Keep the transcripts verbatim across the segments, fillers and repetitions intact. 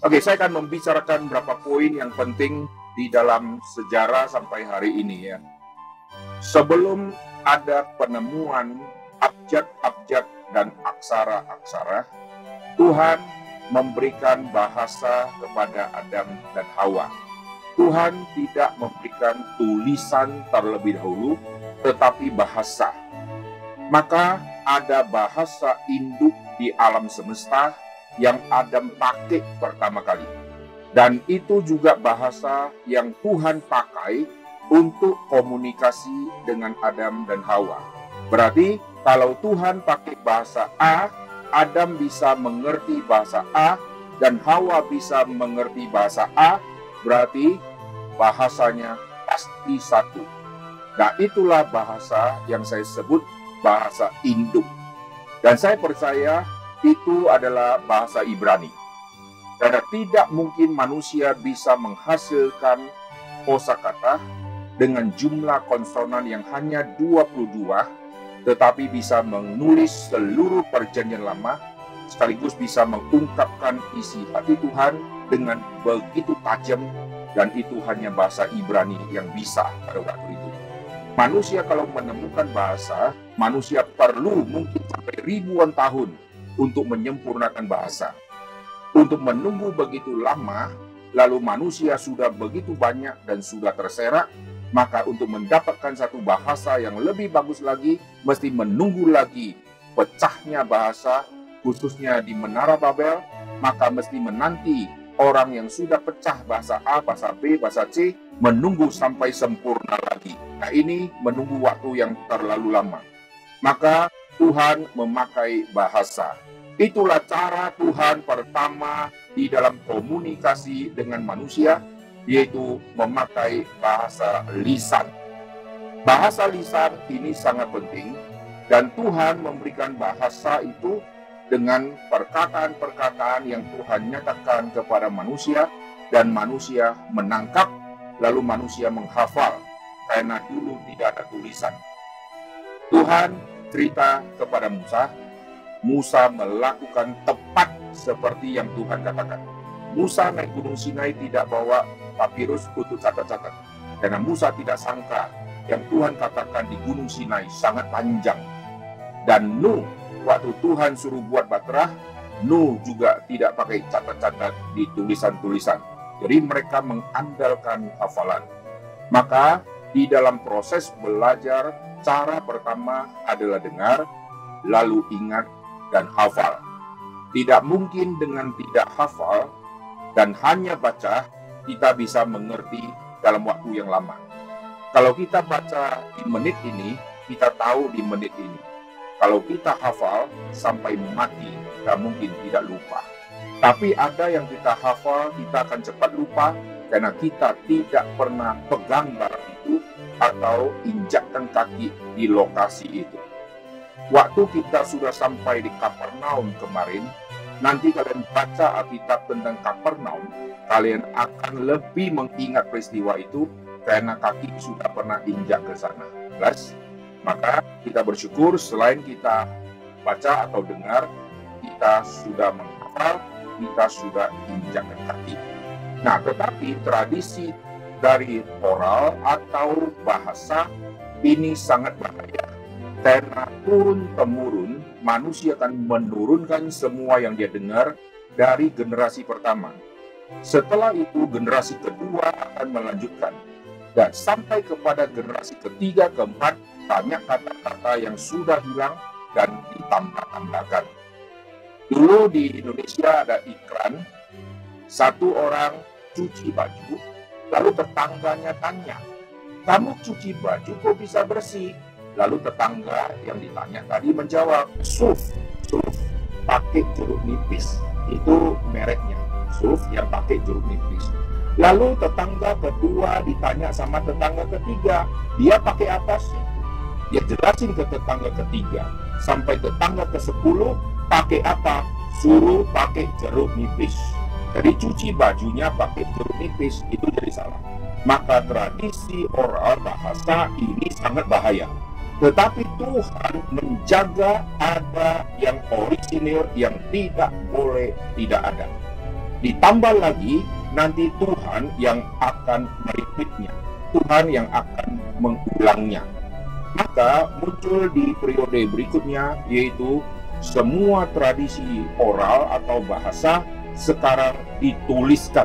Oke, saya akan membicarakan beberapa poin yang penting di dalam sejarah sampai hari ini ya. Sebelum ada penemuan abjad-abjad dan aksara-aksara, Tuhan memberikan bahasa kepada Adam dan Hawa. Tuhan tidak memberikan tulisan terlebih dahulu, tetapi bahasa. Maka ada bahasa induk di alam semesta yang Adam pakai pertama kali. Dan itu juga bahasa yang Tuhan pakai untuk komunikasi dengan Adam dan Hawa. Berarti kalau Tuhan pakai bahasa A, Adam bisa mengerti bahasa A, dan Hawa bisa mengerti bahasa A, berarti bahasanya pasti satu. Nah, itulah bahasa yang saya sebut bahasa induk. Dan saya percaya itu adalah bahasa Ibrani. Karena tidak mungkin manusia bisa menghasilkan kosakata dengan jumlah konsonan yang hanya dua puluh dua, tetapi bisa menulis seluruh perjanjian lama, sekaligus bisa mengungkapkan isi hati Tuhan dengan begitu tajam, dan itu hanya bahasa Ibrani yang bisa pada waktu itu. Manusia kalau menemukan bahasa, manusia perlu mungkin sampai ribuan tahun untuk menyempurnakan bahasa. Untuk menunggu begitu lama, lalu manusia sudah begitu banyak dan sudah terserak, maka untuk mendapatkan satu bahasa yang lebih bagus lagi, mesti menunggu lagi pecahnya bahasa, khususnya di Menara Babel, maka mesti menanti orang yang sudah pecah bahasa A, bahasa B, bahasa C, menunggu sampai sempurna lagi. Nah, ini menunggu waktu yang terlalu lama. Maka Tuhan memakai bahasa. Itulah cara Tuhan pertama di dalam komunikasi dengan manusia, yaitu memakai bahasa lisan. Bahasa lisan ini sangat penting, dan Tuhan memberikan bahasa itu dengan perkataan-perkataan yang Tuhan nyatakan kepada manusia, dan manusia menangkap, lalu manusia menghafal, karena dulu tidak ada tulisan. Tuhan cerita kepada Musa, Musa melakukan tepat seperti yang Tuhan katakan. Musa naik Gunung Sinai tidak bawa papirus untuk catat-catat, karena Musa tidak sangka yang Tuhan katakan di Gunung Sinai sangat panjang. Dan Nuh, waktu Tuhan suruh buat baterah, Nuh juga tidak pakai catat-catat di tulisan-tulisan. Jadi mereka mengandalkan hafalan. Maka di dalam proses belajar, cara pertama adalah dengar, lalu ingat, dan hafal. Tidak mungkin dengan tidak hafal dan hanya baca, kita bisa mengerti dalam waktu yang lama. Kalau kita baca di menit ini, kita tahu di menit ini. Kalau kita hafal sampai mati, kita mungkin tidak lupa. Tapi ada yang kita hafal, kita akan cepat lupa karena kita tidak pernah pegang barang itu atau injakkan kaki di lokasi itu. Waktu kita sudah sampai di Kapernaum kemarin, nanti kalian baca Alkitab tentang Kapernaum, kalian akan lebih mengingat peristiwa itu karena kaki sudah pernah injak ke sana. Jelas? Maka kita bersyukur selain kita baca atau dengar, kita sudah menghafal, kita sudah injakkan kaki. Nah, tetapi tradisi dari oral atau bahasa ini sangat bahaya. Karena turun-temurun, manusia akan menurunkan semua yang dia dengar dari generasi pertama. Setelah itu, generasi kedua akan melanjutkan. Dan sampai kepada generasi ketiga, keempat, banyak kata-kata yang sudah hilang dan ditambah-tambahkan. Dulu di Indonesia ada iklan, satu orang cuci baju, lalu tetangganya tanya, kamu cuci baju kok bisa bersih? Lalu tetangga yang ditanya tadi menjawab, Suf, Suf, pakai jeruk nipis. Itu mereknya, Suf yang pakai jeruk nipis. Lalu tetangga kedua ditanya sama tetangga ketiga, dia pakai apa sih? Dia jelasin ke tetangga ketiga. Sampai tetangga ke sepuluh, pakai apa? Suruh pakai jeruk nipis. Jadi cuci bajunya pakai jeruk nipis, itu jadi salah. Maka tradisi oral bahasa ini sangat bahaya. Tetapi Tuhan menjaga ada yang orisinil yang tidak boleh tidak ada. Ditambah lagi nanti Tuhan yang akan merepeatnya, Tuhan yang akan mengulangnya. Maka muncul di periode berikutnya, yaitu semua tradisi oral atau bahasa sekarang dituliskan.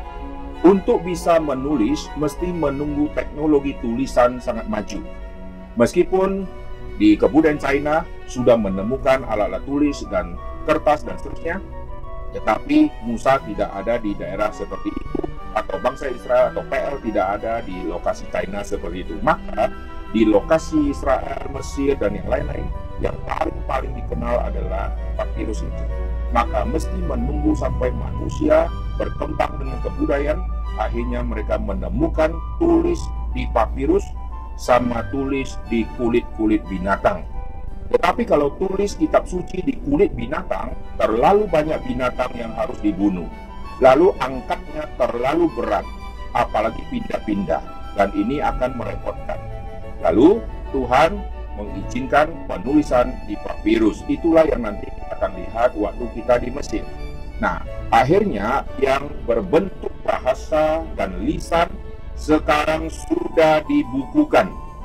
Untuk bisa menulis, mesti menunggu teknologi tulisan sangat maju. Meskipun di kebudayaan China sudah menemukan alat-alat tulis dan kertas dan seterusnya, tetapi Musa tidak ada di daerah seperti itu, atau bangsa Israel atau P L tidak ada di lokasi China seperti itu. Maka di lokasi Israel, Mesir, dan yang lain-lain, yang paling-paling dikenal adalah papirus itu. Maka mesti menunggu sampai manusia berkembang dengan kebudayaan, akhirnya mereka menemukan tulis di papirus sama tulis di kulit-kulit binatang. Tetapi kalau tulis kitab suci di kulit binatang, terlalu banyak binatang yang harus dibunuh. Lalu angkatnya terlalu berat, apalagi pindah-pindah, dan ini akan merepotkan. Lalu Tuhan mengizinkan penulisan di papirus. Itulah yang nanti kita akan lihat waktu kita di Mesir. Nah, akhirnya yang berbentuk bahasa dan lisan sekarang sudah dibukukan.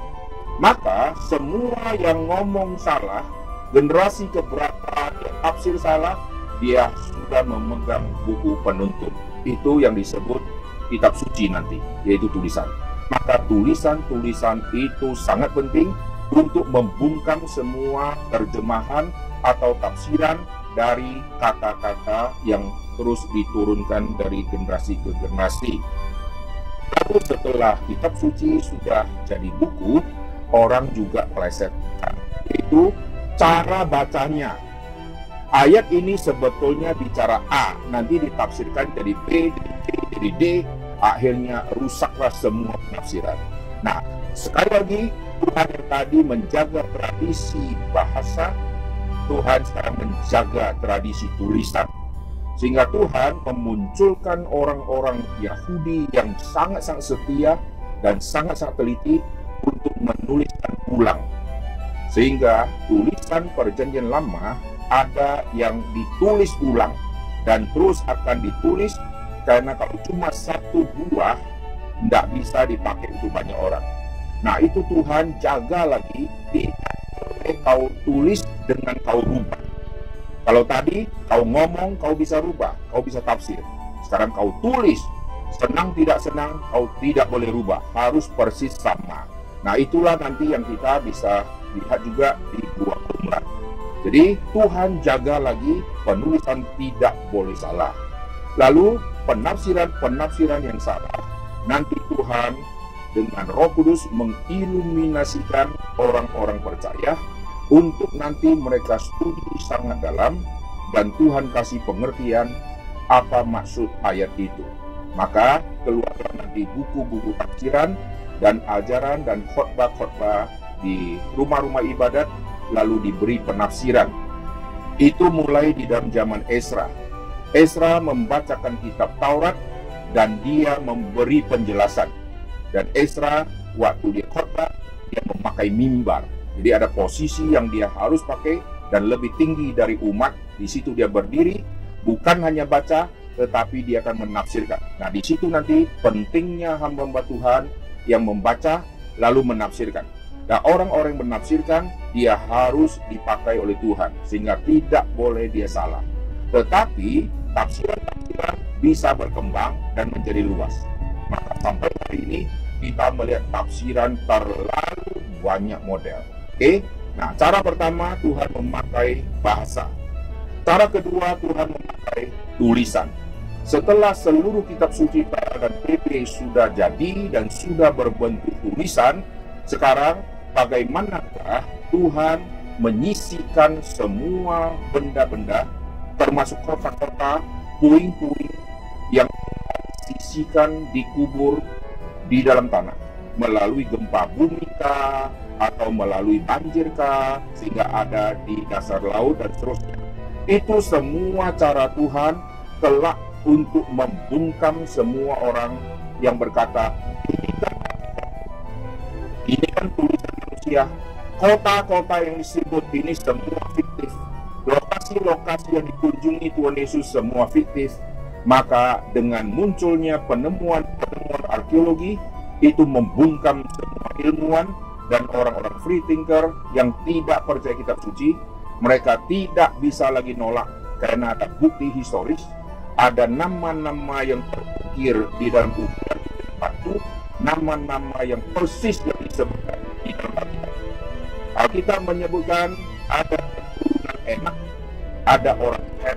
Maka semua yang ngomong salah, generasi keberapa yang tafsir salah, dia sudah memegang buku penuntun. Itu yang disebut kitab suci nanti, yaitu tulisan. Maka tulisan-tulisan itu sangat penting untuk membungkam semua terjemahan atau tafsiran dari kata-kata yang terus diturunkan dari generasi ke generasi. Lalu setelah kitab suci sudah jadi buku, orang juga plesetkan, itu cara bacanya. Ayat ini sebetulnya bicara A, nanti ditafsirkan jadi B, jadi C, jadi D, akhirnya rusaklah semua penafsiran. Nah, sekali lagi, Tuhan yang tadi menjaga tradisi bahasa, Tuhan sekarang menjaga tradisi tulisan. Sehingga Tuhan memunculkan orang-orang Yahudi yang sangat-sangat setia dan sangat-sangat teliti untuk menuliskan ulang. Sehingga tulisan perjanjian lama ada yang ditulis ulang dan terus akan ditulis, karena kalau cuma satu buah tidak bisa dipakai untuk banyak orang. Nah, itu Tuhan jaga lagi, tidak boleh kau tulis dengan kau rubah. Kalau tadi kau ngomong, kau bisa rubah, kau bisa tafsir. Sekarang kau tulis, senang tidak senang, kau tidak boleh rubah, harus persis sama. Nah, itulah nanti yang kita bisa lihat juga di Gua Qumran. Jadi Tuhan jaga lagi penulisan tidak boleh salah. Lalu penafsiran-penafsiran yang salah, nanti Tuhan dengan Roh Kudus mengiluminasikan orang-orang percaya untuk nanti mereka studi sangat dalam dan Tuhan kasih pengertian apa maksud ayat itu. Maka keluarlah nanti buku-buku tafsiran dan ajaran dan khotbah-khotbah di rumah-rumah ibadat, lalu diberi penafsiran. Itu mulai di dalam zaman Ezra. Ezra membacakan kitab Taurat dan dia memberi penjelasan. Dan Ezra waktu dia khotbah, dia memakai mimbar. Jadi ada posisi yang dia harus pakai dan lebih tinggi dari umat. Di situ dia berdiri, bukan hanya baca, tetapi dia akan menafsirkan. Nah, di situ nanti pentingnya hamba-hamba Tuhan yang membaca lalu menafsirkan. Nah, orang-orang yang menafsirkan, dia harus dipakai oleh Tuhan, sehingga tidak boleh dia salah. Tetapi tafsiran-tafsiran bisa berkembang dan menjadi luas. Maka sampai hari ini kita melihat tafsiran terlalu banyak model. Oke, nah cara pertama Tuhan memakai bahasa. Cara kedua Tuhan memakai tulisan. Setelah seluruh kitab suci P L dan P P sudah jadi dan sudah berbentuk tulisan, sekarang bagaimanakah Tuhan menyisikan semua benda-benda, termasuk kota-kota, puing-puing yang disisikan, dikubur di dalam tanah melalui gempa bumi kah, atau melalui banjir kah, sehingga ada di dasar laut dan seterusnya. Itu semua cara Tuhan kelak untuk membungkam semua orang yang berkata, ini kan, ini kan tulisan manusia. Kota-kota yang disebut ini semua fiktif. Lokasi-lokasi yang dikunjungi Tuhan Yesus semua fiktif. Maka dengan munculnya penemuan-penemuan arkeologi, itu membungkam semua ilmuwan dan orang-orang free thinker yang tidak percaya kitab suci. Mereka tidak bisa lagi nolak karena ada bukti historis, ada nama-nama yang terukir di dalam ukiran batu, nama-nama yang persis yang disebutkan di dalam Alkitab. Alkitab menyebutkan ada keturunan Enak, ada orang Het,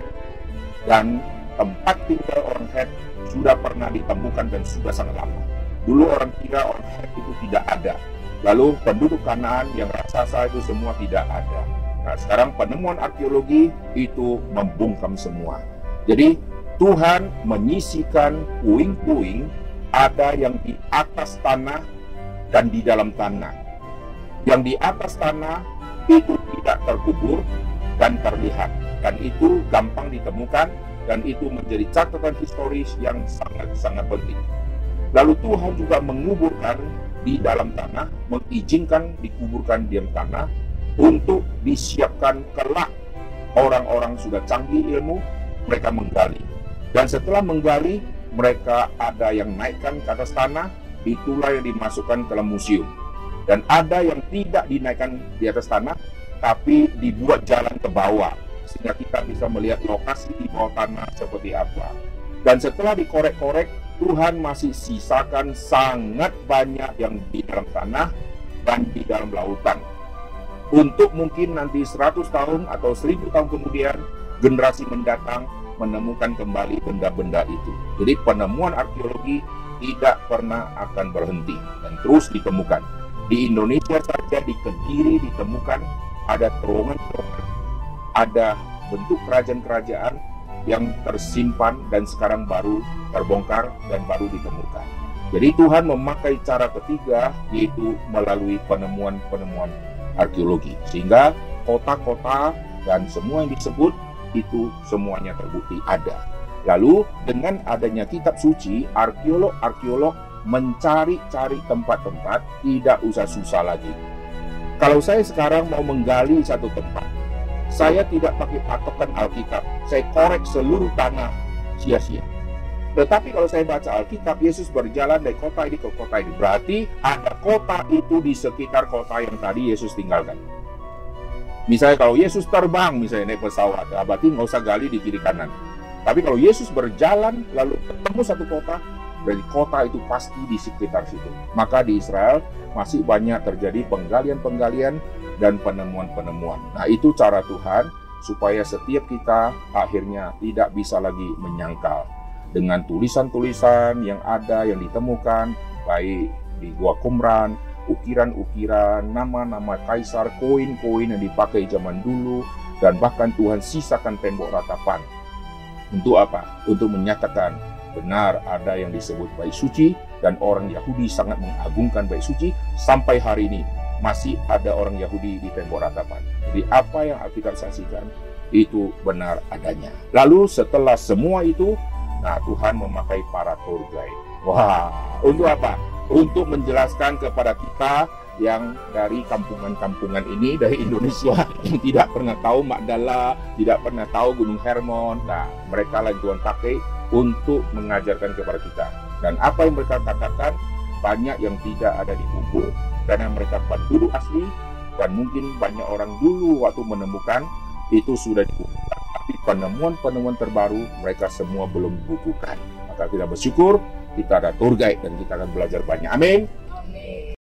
dan tempat tinggal orang Het sudah pernah ditemukan dan sudah sangat lama. Dulu orang kira orang Het itu tidak ada. Lalu penduduk Kanaan yang raksasa itu semua tidak ada. Nah, sekarang penemuan arkeologi itu membungkam semua. Jadi Tuhan menyisikan puing-puing, ada yang di atas tanah dan di dalam tanah. Yang di atas tanah itu tidak terkubur dan terlihat, dan itu gampang ditemukan, dan itu menjadi catatan historis yang sangat-sangat penting. Lalu Tuhan juga menguburkan di dalam tanah, mengizinkan dikuburkan di dalam tanah untuk disiapkan kelak orang-orang sudah canggih ilmu, mereka menggali. Dan setelah menggali, mereka ada yang naikkan ke atas tanah, itulah yang dimasukkan ke dalam museum. Dan ada yang tidak dinaikkan di atas tanah, tapi dibuat jalan ke bawah, sehingga kita bisa melihat lokasi di bawah tanah seperti apa. Dan setelah dikorek-korek, Tuhan masih sisakan sangat banyak yang di dalam tanah dan di dalam lautan. Untuk mungkin nanti seratus tahun atau seribu tahun kemudian, generasi mendatang menemukan kembali benda-benda itu. Jadi penemuan arkeologi tidak pernah akan berhenti dan terus ditemukan. Di Indonesia saja, di Kediri ditemukan ada terowongan-terowongan, ada bentuk kerajaan-kerajaan yang tersimpan dan sekarang baru terbongkar dan baru ditemukan. Jadi Tuhan memakai cara ketiga, yaitu melalui penemuan-penemuan arkeologi, sehingga kota-kota dan semua yang disebut itu semuanya terbukti ada. Lalu dengan adanya kitab suci, arkeolog-arkeolog mencari-cari tempat-tempat, tidak usah susah lagi. Kalau saya sekarang mau menggali satu tempat, saya tidak pakai patokan Alkitab, saya korek seluruh tanah sia-sia. Tetapi kalau saya baca Alkitab, Yesus berjalan dari kota ini ke kota ini, berarti ada kota itu di sekitar kota yang tadi Yesus tinggalkan. Misalnya kalau Yesus terbang, misalnya naik pesawat, nah berarti nggak usah gali di kiri kanan. Tapi kalau Yesus berjalan lalu ketemu satu kota, berarti kota itu pasti di sekitar situ. Maka di Israel masih banyak terjadi penggalian-penggalian dan penemuan-penemuan. Nah, itu cara Tuhan supaya setiap kita akhirnya tidak bisa lagi menyangkal dengan tulisan-tulisan yang ada yang ditemukan baik di Gua Qumran, ukiran-ukiran, nama-nama kaisar, koin-koin yang dipakai zaman dulu, dan bahkan Tuhan sisakan tembok ratapan. Untuk apa? Untuk menyatakan benar ada yang disebut bait suci, dan orang Yahudi sangat mengagungkan bait suci. Sampai hari ini masih ada orang Yahudi di tembok ratapan. Jadi apa yang Alkitab saksikan itu benar adanya. Lalu setelah semua itu, nah Tuhan memakai para tour guide. Wah, untuk apa? Untuk menjelaskan kepada kita yang dari kampungan-kampungan ini, dari Indonesia, yang tidak pernah tahu Magdala, tidak pernah tahu Gunung Hermon. Nah, mereka lah Tuhan pakai untuk mengajarkan kepada kita. Dan apa yang mereka katakan, banyak yang tidak ada di buku, karena mereka penduduk asli, dan mungkin banyak orang dulu waktu menemukan, itu sudah dibukukan. Tapi penemuan-penemuan terbaru, mereka semua belum dibukukan. Maka kita bersyukur, kita ada tour guide dan kita akan belajar banyak. Amin.